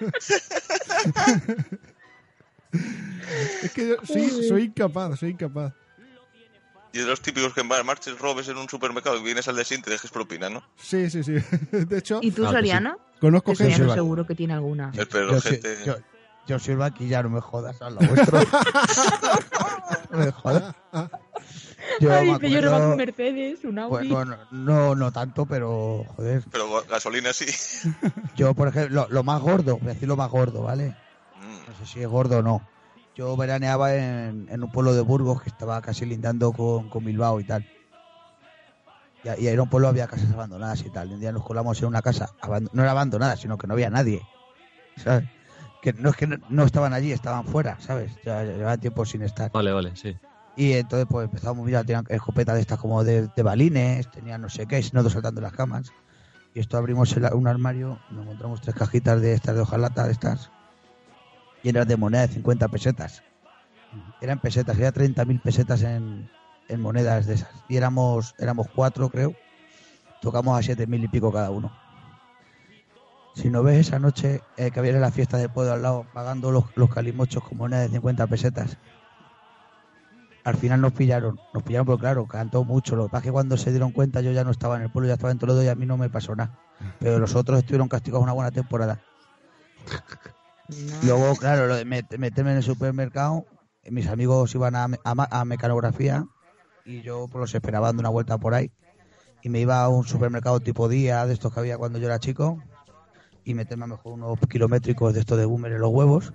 Es que yo sí, soy incapaz, soy incapaz. Y de los típicos que en marches, robes en un supermercado y vienes al de y te dejes propina, ¿no? Sí, sí, sí. De hecho... ¿Y tú, ah, Soriano? Sí. Conozco gente... Soriano seguro que tiene alguna. El perro, yo, gente... Yo, yo soy el vaquilla, no me jodas, a lo vuestro. No me jodas. Yo, Ay, acuerdo, yo robaba un Mercedes, un Audi. Bueno, no, no, no tanto, pero joder. Pero gasolina sí. Yo, por ejemplo, lo, lo más gordo, voy a decir lo más gordo, ¿vale? Mm. No sé si es gordo o no. Yo veraneaba en, en un pueblo de Burgos que estaba casi lindando con, con Bilbao y tal. Y, y era un pueblo, había casas abandonadas y tal. Y un día nos colamos en una casa, aband- no era abandonada, sino que no había nadie, ¿sabes? Que no es que no, no estaban allí, estaban fuera, ¿sabes? Ya llevaban tiempo sin estar. Vale, vale, sí. Y entonces pues empezamos a mirar, tenían escopetas de estas como de, de balines, tenían no sé qué, y nosotros saltando en las camas. Y esto abrimos el, un armario, nos encontramos tres cajitas de estas de hojalata, de estas, llenas de moneda de cincuenta pesetas. Eran pesetas, había treinta mil pesetas en, en monedas de esas. Y éramos, éramos cuatro, creo. Tocamos a siete mil y pico cada uno. Si no ves esa noche eh, que había en la fiesta del pueblo al lado, pagando los, los calimochos con monedas de cincuenta pesetas. Al final nos pillaron, nos pillaron porque claro, cantó mucho. Lo que pasa es que cuando se dieron cuenta yo ya no estaba en el pueblo, ya estaba en Toledo y a mí no me pasó nada. Pero los otros estuvieron castigados una buena temporada. No. Luego, claro, lo de met- meterme en el supermercado, mis amigos iban a, a, a mecanografía y yo pues los esperaba dando una vuelta por ahí. Y me iba a un supermercado tipo día, de estos que había cuando yo era chico, y meterme a lo mejor unos kilométricos de estos de boomer en los huevos.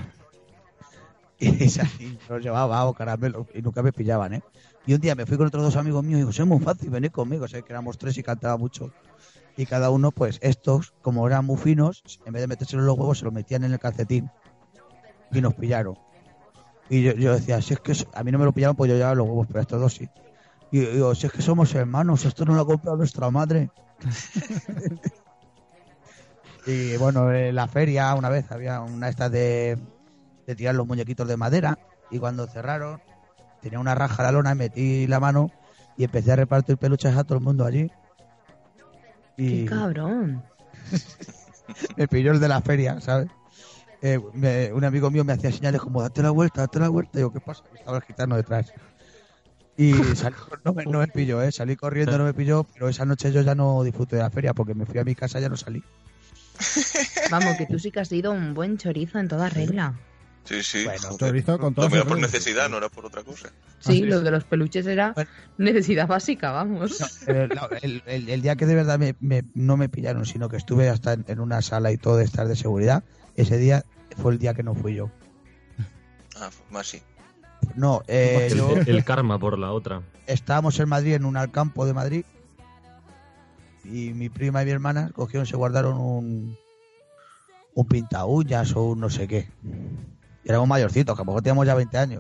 Y así los llevaba o caramelos y nunca me pillaban, ¿eh? Y un día me fui con otros dos amigos míos y digo, es muy fácil, venid conmigo. Sé que éramos tres y cantaba mucho. Y cada uno, pues estos, como eran muy finos, en vez de metérselo en los huevos, se los metían en el calcetín. Y nos pillaron. Y yo, yo decía, si es que a mí no me lo pillaron, pues yo llevaba los huevos, pero estos dos sí. Y yo digo, si es que somos hermanos, esto no lo ha comprado nuestra madre. Y bueno, en la feria una vez había una esta de, de tirar los muñequitos de madera. Y cuando cerraron, tenía una raja la lona, metí la mano y empecé a repartir peluches a todo el mundo allí. Y ¡qué cabrón! Me pilló el de la feria, ¿sabes? Eh, me, un amigo mío me hacía señales como date la vuelta, date la vuelta. Y digo, ¿qué pasa? Estaba el gitano detrás. Y salí, no, me, no me pilló, ¿eh? Salí corriendo, no me pilló, pero esa noche yo ya no disfruté de la feria porque me fui a mi casa y ya no salí. Vamos, que tú sí que has sido un buen chorizo en toda regla. Sí, sí. Bueno, chorizo con todo. Lo era por necesidad, no era por otra cosa. Sí, lo de los peluches era bueno, necesidad básica, vamos. No, el, el, el, el día que de verdad me, me, no me pillaron, sino que estuve hasta en, en una sala y todo de estar de seguridad, ese día fue el día que no fui yo. Ah, más sí. No, eh, el, yo... el karma por la otra. Estábamos en Madrid, en un Alcampo de Madrid, y mi prima y mi hermana cogieron, se guardaron un, un pintaúllas o un no sé qué. Y éramos mayorcitos, que a lo mejor teníamos ya veinte años.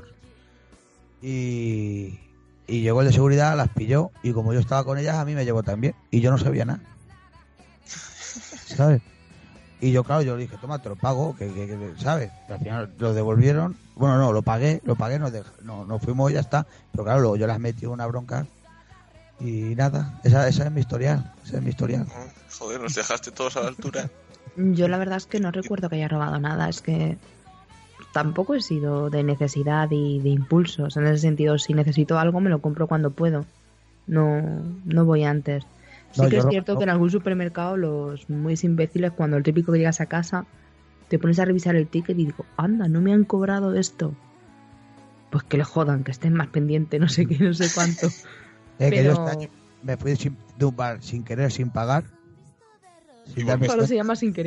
Y, y llegó el de seguridad, las pilló, y como yo estaba con ellas, a mí me llevó también. Y yo no sabía nada. ¿Sabes? Y yo, claro, yo le dije, toma, te lo pago, que, que, que ¿sabes? Y al final lo devolvieron. Bueno, no, lo pagué, lo pagué, nos, dej- no, nos fuimos y ya está. Pero claro, luego yo las metí en una bronca. Y nada, esa, esa es mi historial, esa es mi historial. Joder, nos dejaste todos a la altura. Yo la verdad es que no recuerdo que haya robado nada, es que tampoco he sido de necesidad y de impulsos. En ese sentido, si necesito algo me lo compro cuando puedo. No, no voy antes. Sí No, que yo es no- cierto no. que en algún supermercado los muy imbéciles, cuando el típico que llegas a casa, te pones a revisar el ticket y digo, anda, no me han cobrado esto. Pues que le jodan, que estén más pendientes, no sé qué, no sé cuánto. Eh, que yo Pero este año me fui sin, de un bar sin querer, sin pagar. Sin darme solo se llama sin querer.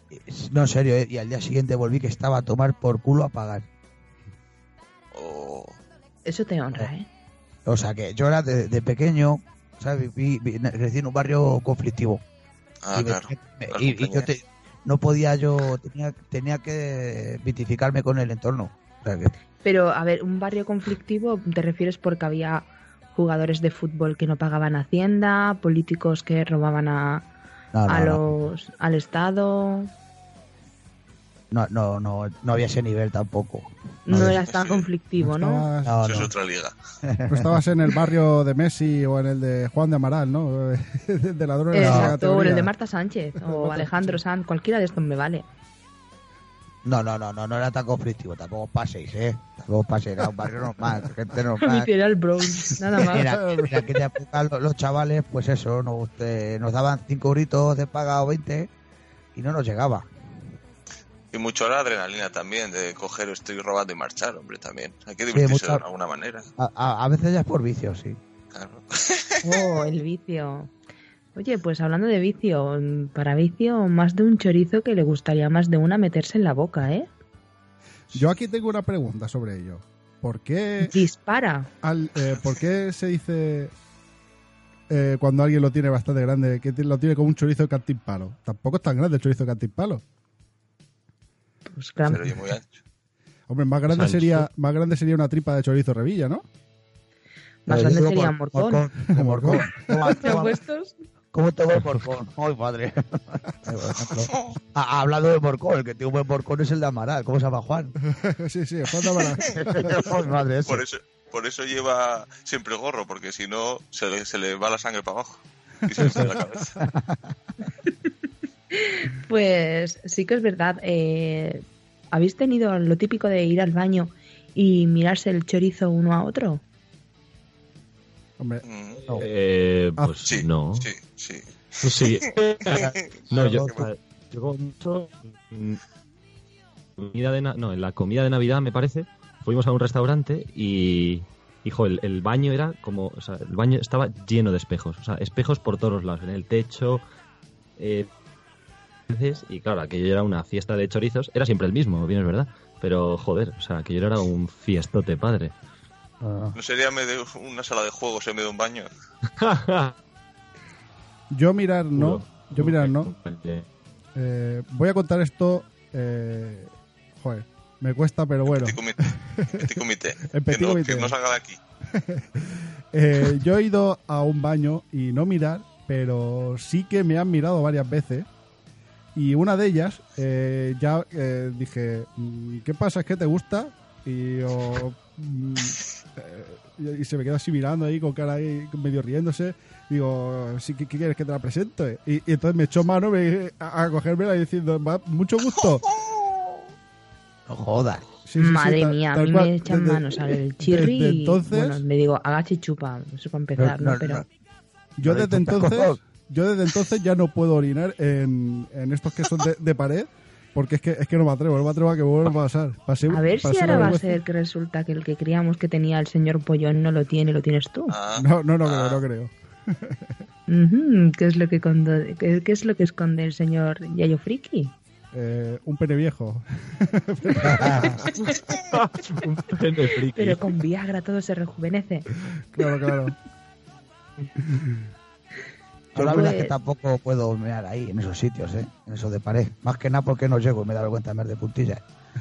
No, en serio, ¿eh? Y al día siguiente volví que estaba a tomar por culo a pagar. Oh. Eso te honra, ¿eh? O sea, que yo era de, de pequeño, ¿sabes? Vi, vi, crecí en un barrio conflictivo. Ah, y me, claro. me, y, y yo te, no podía yo, tenía, tenía que vitificarme con el entorno. O sea, que... Pero, a ver, un barrio conflictivo, ¿te refieres porque había jugadores de fútbol que no pagaban Hacienda, políticos que robaban a, no, no, a no. los al Estado? No, no, no, no había ese nivel tampoco. No, no era tan conflictivo, ¿no? Estabas, Eso no. es otra liga. no estabas en el barrio de Messi o en el de Juan de Amaral, ¿no? De ladrones de la Exacto, o categoría. el de Marta Sánchez o Alejandro Sanz, cualquiera de estos me vale. No, no, no, no, no era tan conflictivo, tampoco paséis, ¿eh? Tampoco paséis, era un barrio normal, gente normal. Literal Bronx, nada más. Mira, en aquella época los, los chavales, pues eso, nos, eh, nos daban cinco euritos de paga o veinte y no nos llegaba. Y mucho la adrenalina también, de coger, estoy robando y marchar, hombre, también. Hay que Sí, divertirse mucha- de alguna manera. A, a, a veces ya es por vicio, sí. Claro. Oh, el vicio. Oye, pues hablando de vicio, para vicio, más de un chorizo que le gustaría más de una meterse en la boca, ¿eh? Yo aquí tengo una pregunta sobre ello. ¿Por qué, Dispara. al, eh, ¿por qué se dice eh, cuando alguien lo tiene bastante grande que lo tiene como un chorizo de cantimpalo? Tampoco es tan grande el chorizo de cantimpalo. Pues claro. Pero y muy ancho. Hombre, más grande ancho. sería más grande sería una tripa de chorizo revilla, ¿no? Más Pero grande digo sería por- morcón. morcón. Morcón. ¿Cómo, ¿Te cómo- apuestos? cómo tengo el morcón? ¡Ay, madre! Por ejemplo, ha- hablando de morcón, el que tiene un buen morcón es el de Amaral. ¿Cómo se llama Juan? Sí, sí, Juan de Amaral. ¡Ay, madre! Ese. Por eso, por eso lleva siempre gorro, porque si no, se le, se le va la sangre para abajo. Y se le sale la cabeza. Pues sí que es verdad. Eh, ¿Habéis tenido lo típico de ir al baño y mirarse el chorizo uno a otro? Hombre, Mm, no. Eh, Ah, pues sí, no. sí, sí. Sí. No, yo, yo como mucho, mm, comida de na- no, en la comida de Navidad, me parece, fuimos a un restaurante y, hijo, el, el baño era como, o sea, el baño estaba lleno de espejos, o sea, espejos por todos los lados, en el techo, eh, y claro, aquello era una fiesta de chorizos, era siempre el mismo, bien es verdad, pero joder, o sea, aquello era un fiestote padre. Ah. ¿No sería medio, una sala de juegos en medio de un baño? Yo mirar no, yo mirar no. Eh, Eh, voy a contar esto, eh, joder, me cuesta, pero bueno. Petit comité. Petit comité. En petit que, no, comité. que no salga de aquí. Eh, yo he ido a un baño y no mirar, pero sí que me han mirado varias veces. Y una de ellas, eh, ya eh, dije, mm, ¿qué pasa? ¿Es que te gusta? Y yo, mm, eh, y se me queda así mirando ahí con cara ahí medio riéndose. Digo, ¿sí, qué, qué quieres que te la presente? Y, y entonces me echó mano me, a, a cogérmela y diciendo, "Va, mucho gusto". No jodas. Sí, sí, sí, Madre tal- mía, a tal mí cual. me echan Desde- manos al chirri desde y entonces, bueno, me digo, agacha y chupa, eso para empezar, ¿no? No, no, Pero no. yo Vale, desde tú te entonces, cojones. yo desde entonces ya no puedo orinar en, en estos que son de, de pared, porque es que es que no me atrevo, no me atrevo a que vuelva a pasar. Pasé- a ver si pasé ahora una va a vergüenza. ser que resulta que el que creíamos que tenía el señor Pollón no lo tiene, lo tienes tú. Ah, No, no, no creo, ah. no creo. Ujú, ¿Qué es lo que condo- qué, qué es lo que esconde el señor Yayo Friki? Eh, un pene viejo. un pene friki. Pero con Viagra todo se rejuvenece. Claro, claro. Yo la verdad es Pues- que tampoco puedo mear ahí, en esos sitios, ¿eh? En esos de pared. Más que nada porque no llego y me da vergüenza mear de puntillas.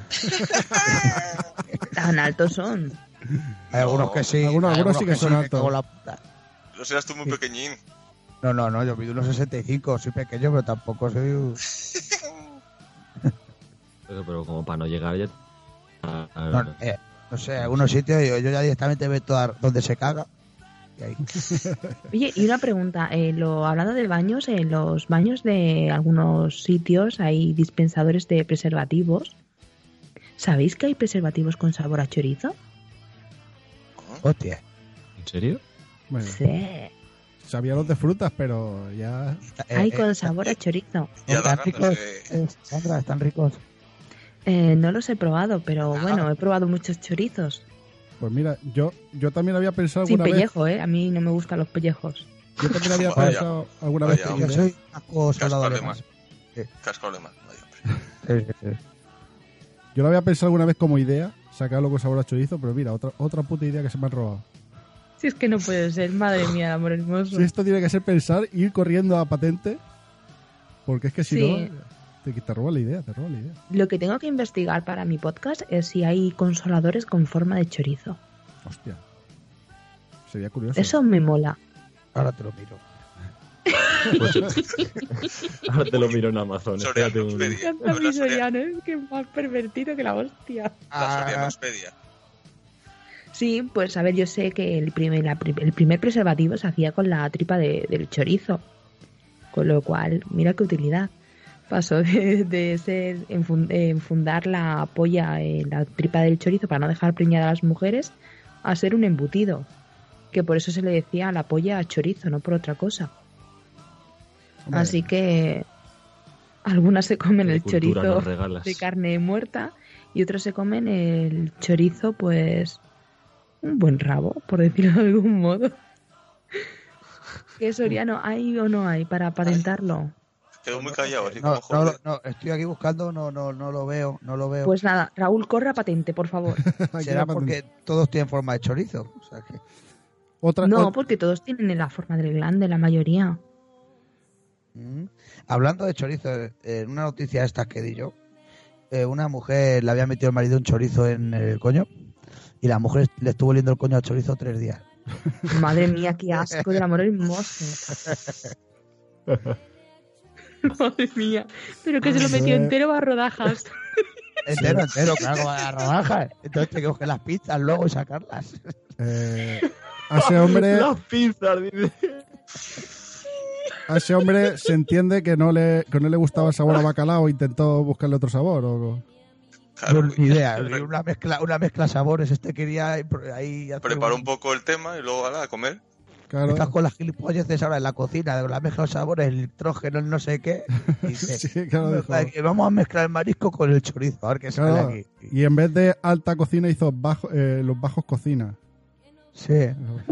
Tan altos son. Hay algunos que sí. Algunos- hay algunos sí que son me altos. cago en la puta. Lo serás tú muy pequeñín. No, no, no, yo mido unos sesenta y cinco, soy pequeño, pero tampoco soy... un- Pero, pero como para no llegar ya... Ah, ah, No, eh, no sé, algunos sitios yo, yo ya directamente veo toda, donde se caga. Y ahí. Oye, y una pregunta, eh, lo, hablando de baños, en los baños de algunos sitios hay dispensadores de preservativos. ¿Sabéis que hay preservativos con sabor a chorizo? Hostia. ¿En serio? Bueno, Sí. sabía los de frutas, pero ya... Eh, Hay eh, con sabor a chorizo. Ya da ¿Están ganas ricos? de- Eh, Sandra, ¿están ricos? Eh, no los he probado, pero Ah. bueno, he probado muchos chorizos. Pues mira, yo yo también había pensado Sin alguna vez... pellejo, ¿eh? A mí no me gustan los pellejos. Yo también había Vaya. pensado alguna vez... Vaya, que Yo iré- soy asco soldado Gaspar de alemán. más. Casco alemán, no hay hombre. Yo lo había pensado alguna vez como idea, sacarlo con sabor a chorizo, pero mira, otra, otra puta idea que se me han robado. Si es que no puede ser, madre mía, el amor hermoso. Si esto tiene que ser pensar, ir corriendo a patente, porque es que si Sí. no, te, te roba la idea, te roba la idea. Lo que tengo que investigar para mi podcast es si hay consoladores con forma de chorizo. Hostia. Sería curioso. Eso me mola. Ahora te lo miro. Pues, ahora te lo miro en Amazon. Espérate un... Me encanta mi Soriano, es que es más pervertido que la hostia. La Sorianospedia. Sí, pues a ver, yo sé que el primer, la, el primer preservativo se hacía con la tripa de, del chorizo. Con lo cual, mira qué utilidad. Pasó de, de ser enfund, enfundar la polla en la tripa del chorizo para no dejar preñada a las mujeres a ser un embutido. Que por eso se le decía a la polla chorizo, no por otra cosa. Hombre. Así que algunas se comen Qué el cultura chorizo nos regalas. de carne muerta y otros se comen el chorizo, pues un buen rabo, por decirlo de algún modo. ¿Qué Soriano hay o no hay para patentarlo? Quedo muy callado, así No, como no, joder. no, estoy aquí buscando, no, no, no lo veo, no lo veo. Pues nada, Raúl, corre a patente, por favor. Será porque todos tienen forma de chorizo. O sea que... Otra, No, ot- porque todos tienen la forma del glande, la mayoría. Mm. Hablando de chorizo, eh, en una noticia estas que di yo, eh, una mujer le había metido al marido un chorizo en el coño y la mujer le estuvo oliendo el coño al chorizo tres días. Madre mía, qué asco del amor hermoso. Madre mía, pero que se lo metió entero a rodajas. Entero, entero, claro, como las rodajas. Entonces te que coger las pizzas luego y sacarlas. eh, a ese hombre, Las pizzas, dice. a ese hombre se entiende que no le, que no le gustaba el sabor a bacalao, intentó buscarle otro sabor. O... Claro, No, ni idea, una mezcla, una mezcla de sabores. Este quería ahí, ahí hacer preparó un- un poco el tema y luego ala, a comer. Claro. Estás con las gilipolleces ahora en la cocina, de la mezcla de sabores, el nitrógeno, el no sé qué. Y dice, Sí, claro, dijo. vamos a mezclar el marisco con el chorizo, a ver qué sale Claro, aquí. y en vez de alta cocina hizo bajo, eh, los bajos cocina. Sí.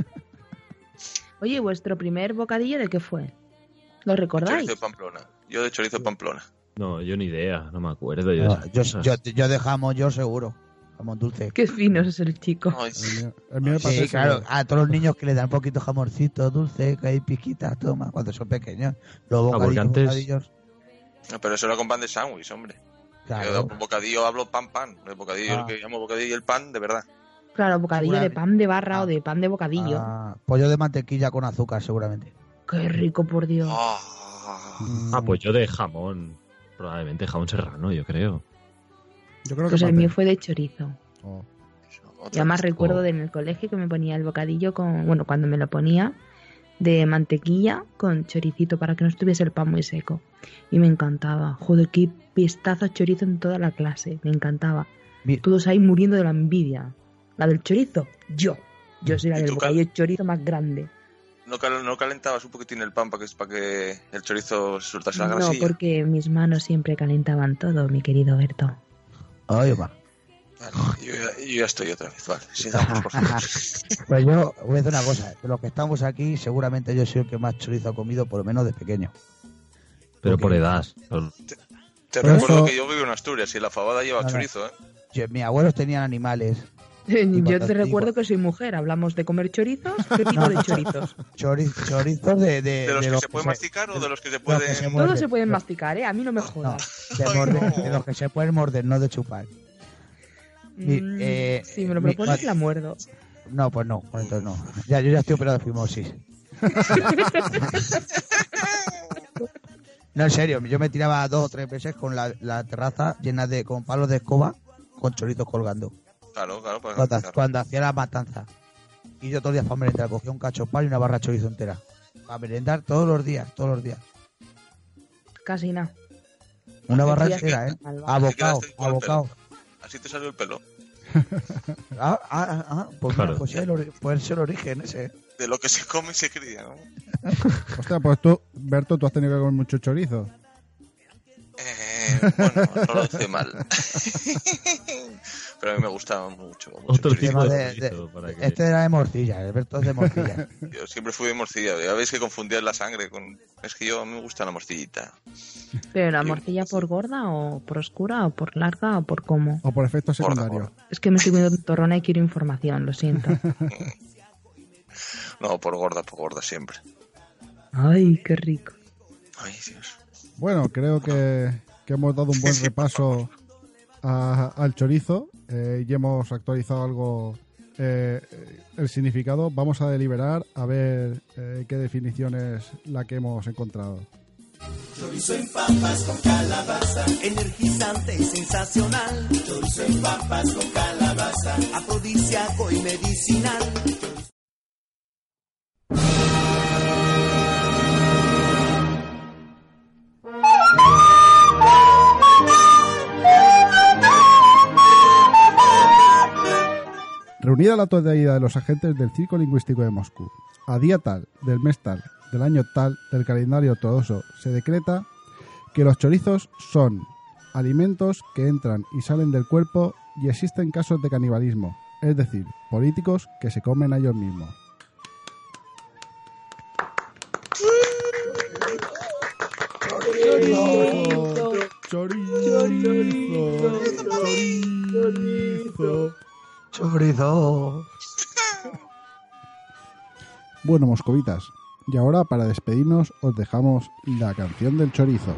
Oye, ¿vuestro primer bocadillo de qué fue? ¿Lo recordáis? Chorizo de Pamplona. Yo de chorizo de Pamplona. No, yo ni idea, no me acuerdo. Yo, de No, esas yo, cosas. yo, yo de jamón, yo seguro. Jamón dulce. Qué fino es el chico. Ay, El mío, el mío me pasó Sí, eso. claro, a todos los niños que le dan un poquito jamoncito dulce, que hay piquitas, toma, cuando son pequeños. Los Ah, porque bocadillos, antes- bocadillos, no, pero eso era con pan de sándwich, hombre. claro. Yo de bocadillo hablo pan, pan. De bocadillo, Ah. lo que llamo bocadillo y el pan, de verdad. Claro, bocadillo Una- de pan de barra Ah. o de pan de bocadillo. Ah, pollo de mantequilla con azúcar, seguramente. Qué rico, por Dios. Ah, Ah, pues yo de jamón. Probablemente jamón serrano, yo creo. Yo creo que Pues el paté. mío fue de chorizo. Oh. Y además recuerdo Oh. de en el colegio que me ponía el bocadillo con, bueno, cuando me lo ponía, de mantequilla con choricito para que no estuviese el pan muy seco. Y me encantaba. Joder, qué pistazo chorizo en toda la clase. Me encantaba. Mi- Todos ahí muriendo de la envidia. La del chorizo, yo. Yo soy la ¿Y del tú, bocadillo chorizo más grande. ¿No, cal- no calentabas un poquitín el pan para que, para que el chorizo se soltase la No, grasilla? porque mis manos siempre calentaban todo, mi querido Berto. Ay, va. Vale, yo, ya, yo ya estoy otra vez. Vale, sigamos, por favor. Pues yo voy a decir una cosa. De los que estamos aquí, seguramente yo soy el que más chorizo ha comido, por lo menos de pequeño. Pero Ok. por edad. Son- Te Por recuerdo eso- que yo vivo en Asturias y la fabada lleva No, no. chorizo, ¿eh? Yo- mis abuelos tenían animales. Yo te bastante recuerdo igual. que soy mujer. Hablamos de comer chorizos. ¿Qué tipo de chorizos? Chori- chorizos de... De, ¿De los de que se pueden masticar o de los que se de los que pueden...? se Todos muerden. se pueden masticar, ¿eh? A mí no me No, jodas. de, Ay, morder- no. de los que se pueden morder, no de chupar. Mi- Mm, eh, si me lo mi- propones, la muerdo. No, pues no, pues entonces no. Ya, yo ya estoy operado de fimosis. No, en serio, yo me tiraba dos o tres veces con la, la terraza llena de con palos de escoba con chorizos colgando. Claro, claro, para Cuando, masticar. cuando hacía la matanza. Y yo todos los días para merendar cogía un cacho de pan y una barra de chorizo entera. Para merendar todos los días, todos los días. Casi nada. Una barra ya entera, ¿eh? está malvado. Abocado, Te quedaste con el abocado. Así te salió el pelo. Ah, ah, ah, ah, pues mira, Claro. pues, es el ori- pues es el origen ese. De lo que se come y se cría, ¿no? Hostia, pues tú, Berto, tú has tenido que comer mucho chorizo. Eh, bueno, no lo hice mal. pero a mí me gusta mucho. mucho Otro el chorizo. tipo de de- chorizo, de- para que- Este era de morcilla, Alberto es de morcilla. Yo siempre fui de morcilla. Ya veis que confundías la sangre con... Es que yo a mí me gusta la morcillita. ¿Pero la Yo- morcilla por gorda o por oscura o por larga o por cómo? O por efecto Gorda, secundario. gorda. Es que me estoy comiendo torrona y quiero información, lo siento. No, por gorda, por gorda siempre. Ay, qué rico. Ay, Dios. Bueno, creo que, que hemos dado un buen repaso a- al chorizo eh, y hemos actualizado algo eh, el significado. Vamos a deliberar a ver eh, qué definición es la que hemos encontrado. Chorizo en papas con calabaza, energizante y sensacional. Chorizo en papas con calabaza, afrodisíaco y medicinal. Reunida la totalidad de los agentes del Circo Lingüístico de Moscú, a día tal, del mes tal, del año tal, del calendario ortodoxo, se decreta que los chorizos son alimentos que entran y salen del cuerpo y existen casos de canibalismo, es decir, políticos que se comen a ellos mismos. Chorizo, chorizo, chorizo. Chorizo. Bueno, moscovitas, y ahora para despedirnos os dejamos la canción del chorizo.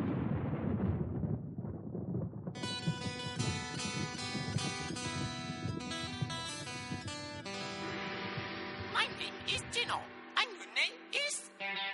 My name is Gino, and your name is...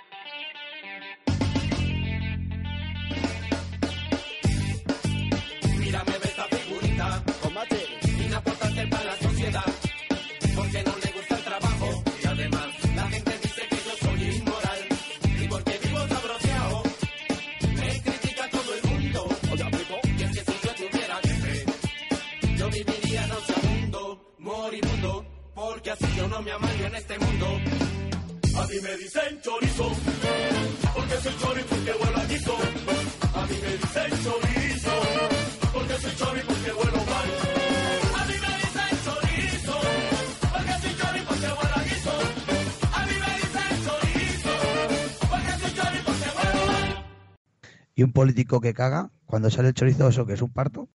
Mírame esta figurita, combate, inaportante para la sociedad, porque no le gusta el trabajo y además la gente dice que yo soy inmoral y porque vivo sabroseado, me critica todo el mundo. Y es que si yo tuviera que fe, yo viviría nauseabundo, moribundo, porque así yo no me amaría en este mundo. A mí me dicen chorizo, porque soy chorizo que huelo a guiso. A mí me dicen chorizo, porque soy chorizo porque huelo mal. A mí me dicen chorizo, porque soy chorizo porque huelo a guiso. A mí me dicen chorizo, porque soy chorizo porque huelo mal. Y un político que caga, cuando sale el chorizo, eso que es un parto.